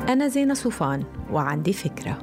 أنا زينة صوفان وعندي فكرة.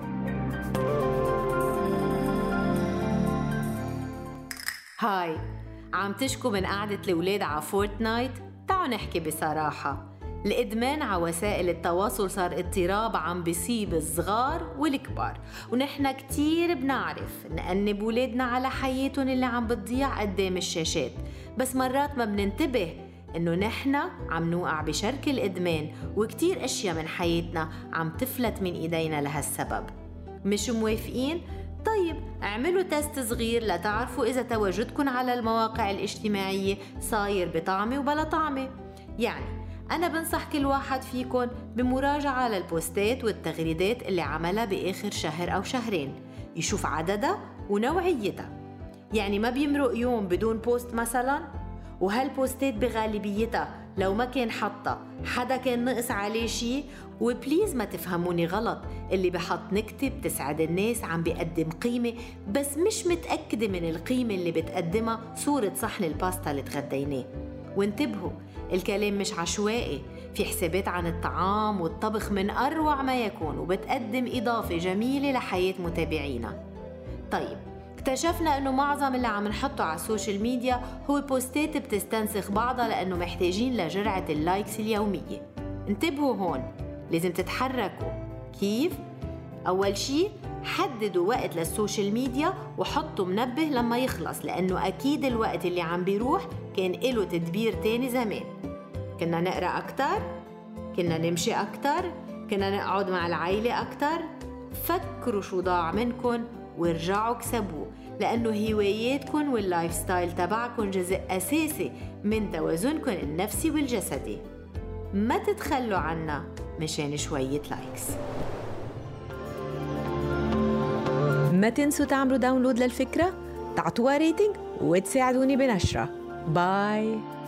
هاي، عم تشكوا من قعدة الولاد على فورتنايت؟ تعالوا نحكي بصراحة. الإدمان على وسائل التواصل صار اضطراب عم بيصيب الصغار والكبار، ونحن كتير بنعرف نأنب ولادنا على حياتهم اللي عم بتضيع قدام الشاشات، بس مرات ما بننتبه إنه نحن عم نوقع بشرك الإدمان، وكتير أشياء من حياتنا عم تفلت من إيدينا لهالسبب. مش موافقين؟ طيب اعملوا تست صغير لتعرفوا إذا تواجدكم على المواقع الاجتماعية صاير بطعمة وبلا طعمة. يعني أنا بنصح كل واحد فيكم بمراجعة للبوستات والتغريدات اللي عملها بآخر شهر أو شهرين، يشوف عددها ونوعيتها. يعني ما بيمرق يوم بدون بوست مثلا، وهالبوستات بغالبيتها لو ما كان حطها حدا كان نقص عليه شي. وبليز ما تفهموني غلط، اللي بحط نكتة بتسعد الناس عم بيقدم قيمة، بس مش متأكدة من القيمة اللي بتقدمها صورة صحن الباستا اللي تغديناه. وانتبهوا، الكلام مش عشوائي، في حسابات عن الطعام والطبخ من أروع ما يكون، وبتقدم إضافة جميلة لحياة متابعينا. طيب اكتشفنا انه معظم اللي عم نحطه على السوشيال ميديا هو بوستات بتستنسخ بعضها لانه محتاجين لجرعة اللايكس اليومية. انتبهوا هون، لازم تتحركوا. كيف؟ اول شي حددوا وقت للسوشيال ميديا وحطوا منبه لما يخلص، لانه اكيد الوقت اللي عم بيروح كان له تدبير تاني زمان. كنا نقرأ اكتر، كنا نمشي اكتر، كنا نقعد مع العيلة اكتر. فكروا شو ضاع منكن وارجعوا كسبوه، لأنه هواياتكن واللايف ستايل تبعكن جزء أساسي من توازنكن النفسي والجسدي. ما تتخلوا عنا مشان شوية لايكس. ما تنسوا تعملوا داونلود للفكرة، تعطوها ريتنج وتساعدوني بنشرة. باي.